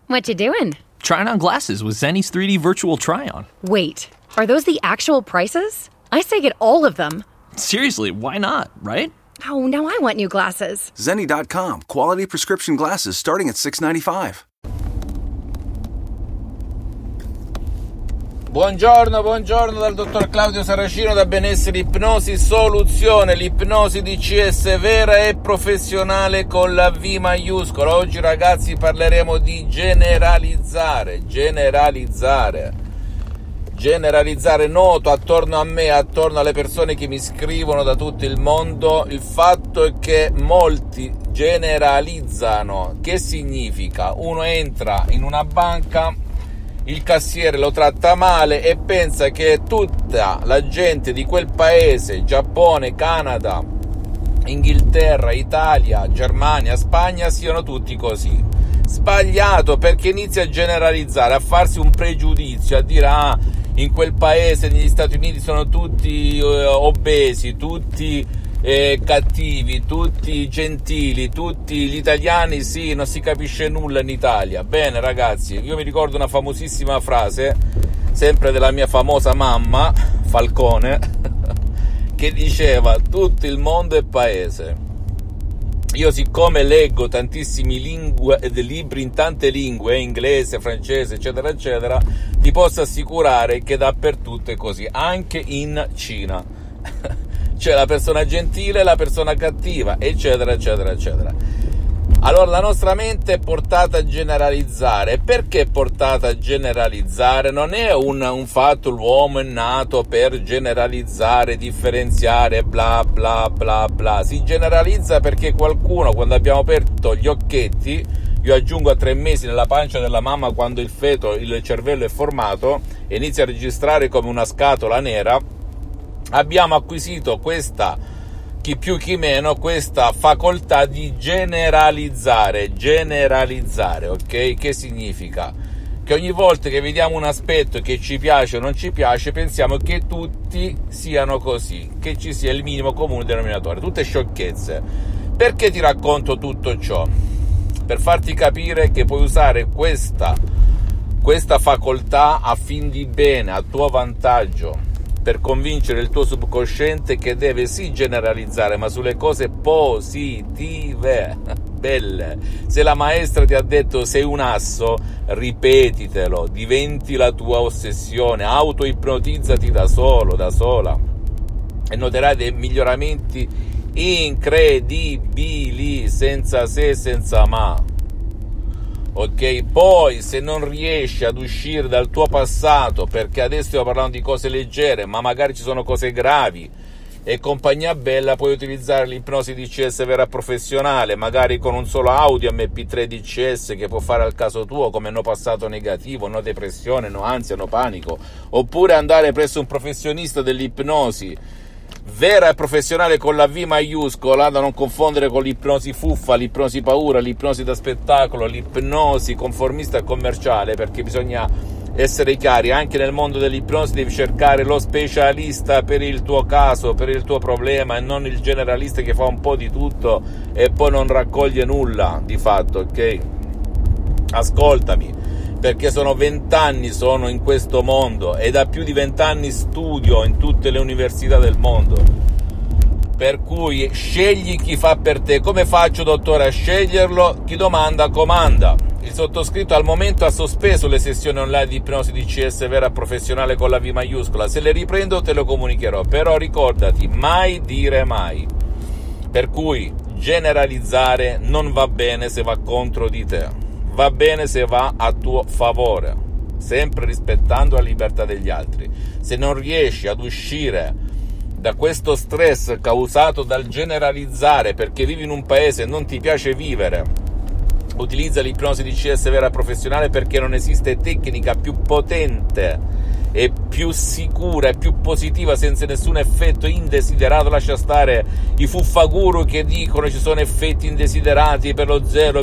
What you doing? Trying on glasses with Zenni's 3D virtual try-on. Wait, are those the actual prices? I say get all of them. Seriously, why not, right? Oh, now I want new glasses. Zenni.com. Quality prescription glasses starting at $6.95. Buongiorno dal dottor Claudio Saracino da Benessere Ipnosi Soluzione, l'ipnosi DCS vera e professionale con la V maiuscola. Oggi ragazzi parleremo di generalizzare. Noto attorno a me, attorno alle persone che mi scrivono da tutto il mondo, il fatto è che molti generalizzano. Che significa? Uno entra in una banca, il cassiere lo tratta male e pensa che tutta la gente di quel paese, Giappone, Canada, Inghilterra, Italia, Germania, Spagna, siano tutti così. Sbagliato, perché inizia a generalizzare, a farsi un pregiudizio, a dire in quel paese, negli Stati Uniti, sono tutti obesi, tutti cattivi, tutti gentili, tutti gli italiani, sì, non si capisce nulla in Italia. Bene ragazzi, io mi ricordo una famosissima frase, sempre della mia famosa mamma, Falcone, che diceva: tutto il mondo è paese. Io, siccome leggo tantissimi libri in tante lingue, inglese, francese, eccetera, eccetera, ti posso assicurare che dappertutto è così, anche in Cina. C'è la persona gentile, la persona cattiva, eccetera, eccetera, eccetera. Allora la nostra mente è portata a generalizzare. Perché è portata a generalizzare? Non è un fatto, l'uomo è nato per generalizzare, differenziare, bla bla bla bla. Si generalizza perché qualcuno, quando abbiamo aperto gli occhetti, io aggiungo a 3 mesi nella pancia della mamma, quando il feto, il cervello è formato e inizia a registrare come una scatola nera, abbiamo acquisito questa, chi più chi meno, questa facoltà di generalizzare, ok? Che significa? Che ogni volta che vediamo un aspetto che ci piace o non ci piace, pensiamo che tutti siano così, che ci sia il minimo comune denominatore, tutte sciocchezze. Perché ti racconto tutto ciò? Per farti capire che puoi usare questa facoltà a fin di bene, a tuo vantaggio, per convincere il tuo subconsciente che deve sì generalizzare, ma sulle cose positive, belle. Se la maestra ti ha detto sei un asso, ripetitelo, diventi la tua ossessione, autoipnotizzati da solo, da sola, e noterai dei miglioramenti incredibili, senza se, senza ma. Ok, poi se non riesci ad uscire dal tuo passato, perché adesso stiamo parlando di cose leggere, ma magari ci sono cose gravi e compagnia bella, puoi utilizzare l'ipnosi DCS vera professionale, magari con un solo audio MP3 DCS che può fare al caso tuo, come no passato negativo, no depressione, no ansia, no panico, oppure andare presso un professionista dell'ipnosi vera e professionale con la V maiuscola, da non confondere con l'ipnosi fuffa, l'ipnosi paura, l'ipnosi da spettacolo, l'ipnosi conformista e commerciale, perché bisogna essere chiari, anche nel mondo dell'ipnosi devi cercare lo specialista per il tuo caso, per il tuo problema, e non il generalista che fa un po' di tutto e poi non raccoglie nulla di fatto, ok? Ascoltami, perché sono 20 anni sono in questo mondo e da più di 20 anni studio in tutte le università del mondo, per cui scegli chi fa per te. Come faccio, dottore, a sceglierlo? Chi domanda comanda. Il sottoscritto al momento ha sospeso le sessioni online di ipnosi DCS vera professionale con la V maiuscola. Se le riprendo te lo comunicherò, però ricordati, mai dire mai, per cui generalizzare non va bene se va contro di te. Va bene se va a tuo favore, sempre rispettando la libertà degli altri. Se non riesci ad uscire da questo stress causato dal generalizzare, perché vivi in un paese e non ti piace vivere, utilizza l'ipnosi DCS vera professionale, perché non esiste tecnica più potente e più sicura e più positiva, senza nessun effetto indesiderato. Lascia stare i fuffaguru che dicono ci sono effetti indesiderati per lo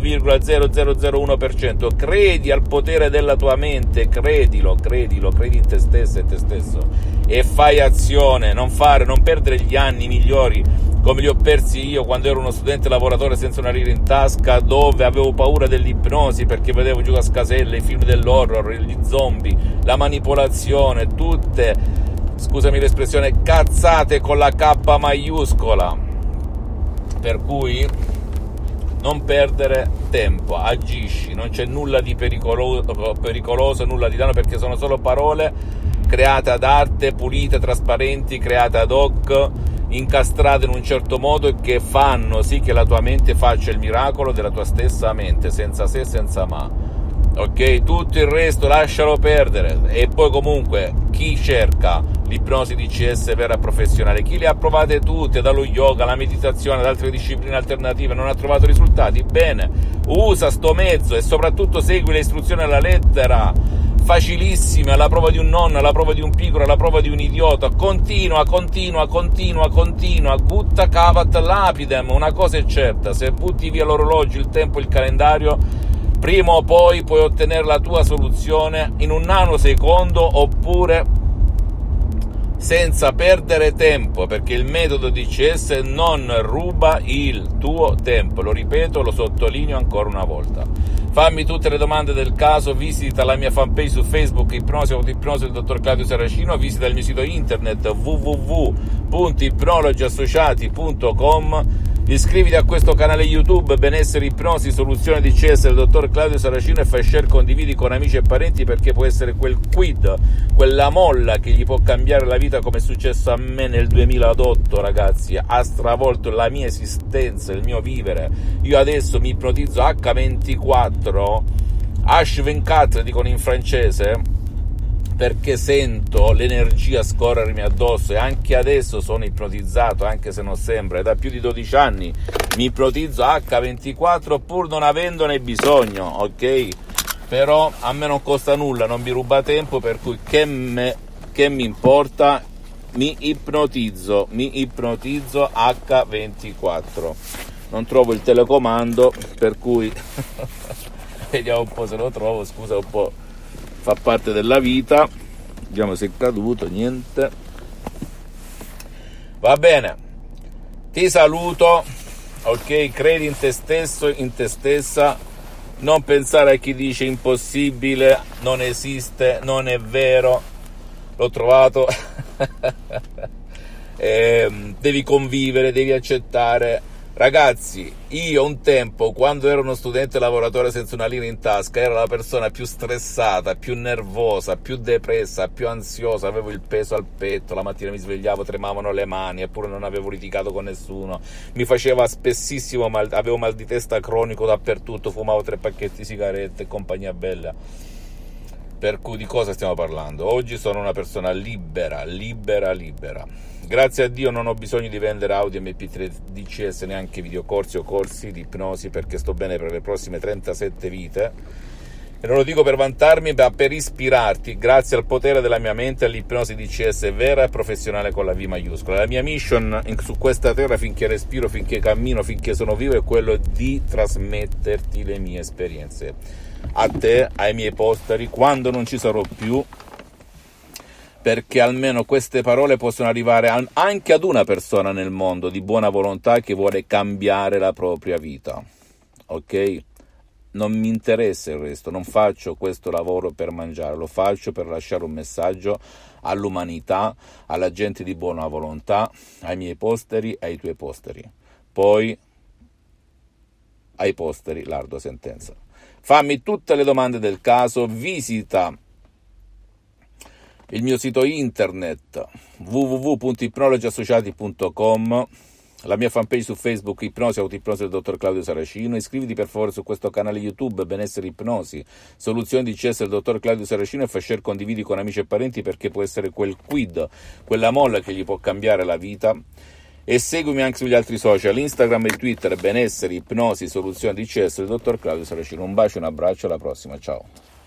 0,0001%. Credi al potere della tua mente, credi in te stesso e te stesso, e fai azione. Non perdere gli anni migliori come li ho persi io quando ero uno studente lavoratore senza una lira in tasca, dove avevo paura dell'ipnosi perché vedevo Giù a Scasella, i film dell'horror, gli zombie, la manipolazione, tutte, scusami l'espressione, cazzate con la K maiuscola. Per cui non perdere tempo, agisci, non c'è nulla di pericoloso, nulla di danno, perché sono solo parole create ad arte, pulite, trasparenti, create ad hoc, incastrate in un certo modo, e che fanno sì che la tua mente faccia il miracolo della tua stessa mente, senza se, senza ma. Ok, tutto il resto lascialo perdere. E poi comunque chi cerca l'ipnosi DCS vera professionale, chi le ha provate tutte, dallo yoga alla meditazione ad altre discipline alternative, non ha trovato risultati, bene, usa sto mezzo e soprattutto segui le istruzioni alla lettera, facilissime, alla prova di un nonno, alla prova di un piccolo, alla prova di un idiota. Continua, gutta cavat lapidem. Una cosa è certa: se butti via l'orologio, il tempo, il calendario, prima o poi puoi ottenere la tua soluzione in un nanosecondo, oppure senza perdere tempo, perché il metodo DCS non ruba il tuo tempo. Lo ripeto, lo sottolineo ancora una volta. Fammi tutte le domande del caso, visita la mia fanpage su Facebook, Ipnosi Autoipnosi del dottor Claudio Saracino, visita il mio sito internet www.ipnologiassociati.com, iscriviti a questo canale YouTube Benessere Ipnosi Soluzione DCS del dottor Claudio Saracino e fai share, condividi con amici e parenti, perché può essere quel quid, quella molla che gli può cambiare la vita, come è successo a me nel 2008, ragazzi. Ha stravolto la mia esistenza, il mio vivere. Io adesso mi ipnotizzo H24, H24 dicono in francese, perché sento l'energia scorrermi addosso, e anche adesso sono ipnotizzato, anche se non sembra, e da più di 12 anni mi ipnotizzo H24 pur non avendone bisogno, ok? Però a me non costa nulla, non mi ruba tempo, per cui che mi importa, mi ipnotizzo H24. Non trovo il telecomando, per cui vediamo un po' se lo trovo, scusa un po', fa parte della vita. Vediamo se è caduto, niente. Va bene, ti saluto, ok? Credi in te stesso, in te stessa, non pensare a chi dice impossibile, non esiste, non è vero, l'ho trovato. Devi convivere, devi accettare. Ragazzi, io un tempo, quando ero uno studente lavoratore senza una lira in tasca, ero la persona più stressata, più nervosa, più depressa, più ansiosa, avevo il peso al petto, la mattina mi svegliavo, tremavano le mani, eppure non avevo litigato con nessuno, mi faceva spessissimo mal, avevo mal di testa cronico dappertutto, fumavo 3 pacchetti di sigarette e compagnia bella. Per cui di cosa stiamo parlando? Oggi sono una persona libera. Grazie a Dio non ho bisogno di vendere audio MP3 DCS, neanche videocorsi o corsi di ipnosi, perché sto bene per le prossime 37 vite. E non lo dico per vantarmi, ma per ispirarti, grazie al potere della mia mente, all'ipnosi DCS vera e professionale con la V maiuscola. La mia mission su questa terra, finché respiro, finché cammino, finché sono vivo, è quello di trasmetterti le mie esperienze, a te, ai miei posteri, quando non ci sarò più, perché almeno queste parole possono arrivare anche ad una persona nel mondo di buona volontà che vuole cambiare la propria vita, ok? Non mi interessa il resto, non faccio questo lavoro per mangiare, lo faccio per lasciare un messaggio all'umanità, alla gente di buona volontà, ai miei posteri, ai tuoi posteri. Poi ai posteri l'ardua sentenza. Fammi tutte le domande del caso, visita il mio sito internet www.ipnologiassociati.com, la mia fanpage su Facebook Ipnosi Autoipnosi del dottor Claudio Saracino, iscriviti per favore su questo canale YouTube Benessere Ipnosi Soluzioni DCS del dottor Claudio Saracino e fai share, condividi con amici e parenti, perché può essere quel quid, quella molla che gli può cambiare la vita. E seguimi anche sugli altri social, Instagram e Twitter, Benessere Ipnosi Soluzioni DCS del dottor Claudio Saracino. Un bacio, un abbraccio, alla prossima, ciao.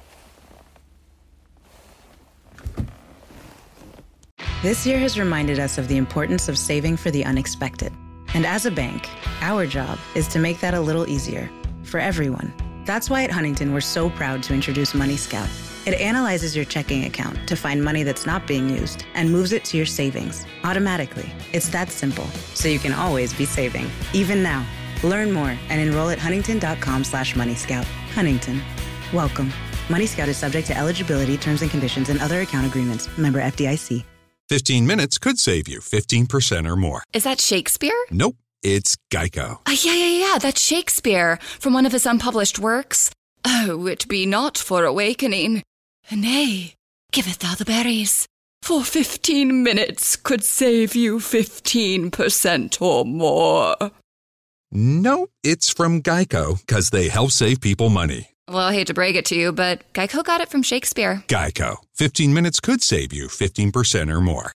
This year has reminded us of the importance of saving for the unexpected. And as a bank, our job is to make that a little easier for everyone. That's why at Huntington, we're so proud to introduce Money Scout. It analyzes your checking account to find money that's not being used and moves it to your savings automatically. It's that simple, so you can always be saving, even now. Learn more and enroll at huntington.com/moneyscout. Huntington. Welcome. Money Scout is subject to eligibility, terms and conditions, and other account agreements. Member FDIC. 15 minutes could save you 15% or more. Is that Shakespeare? Nope, it's Geico. Yeah, that's Shakespeare from one of his unpublished works. Oh, it be not for awakening. Nay, giveth thou the berries. For 15 minutes could save you 15% or more. No, it's from Geico, because they help save people money. Well, I hate to break it to you, but Geico got it from Shakespeare. Geico. 15 minutes could save you 15% or more.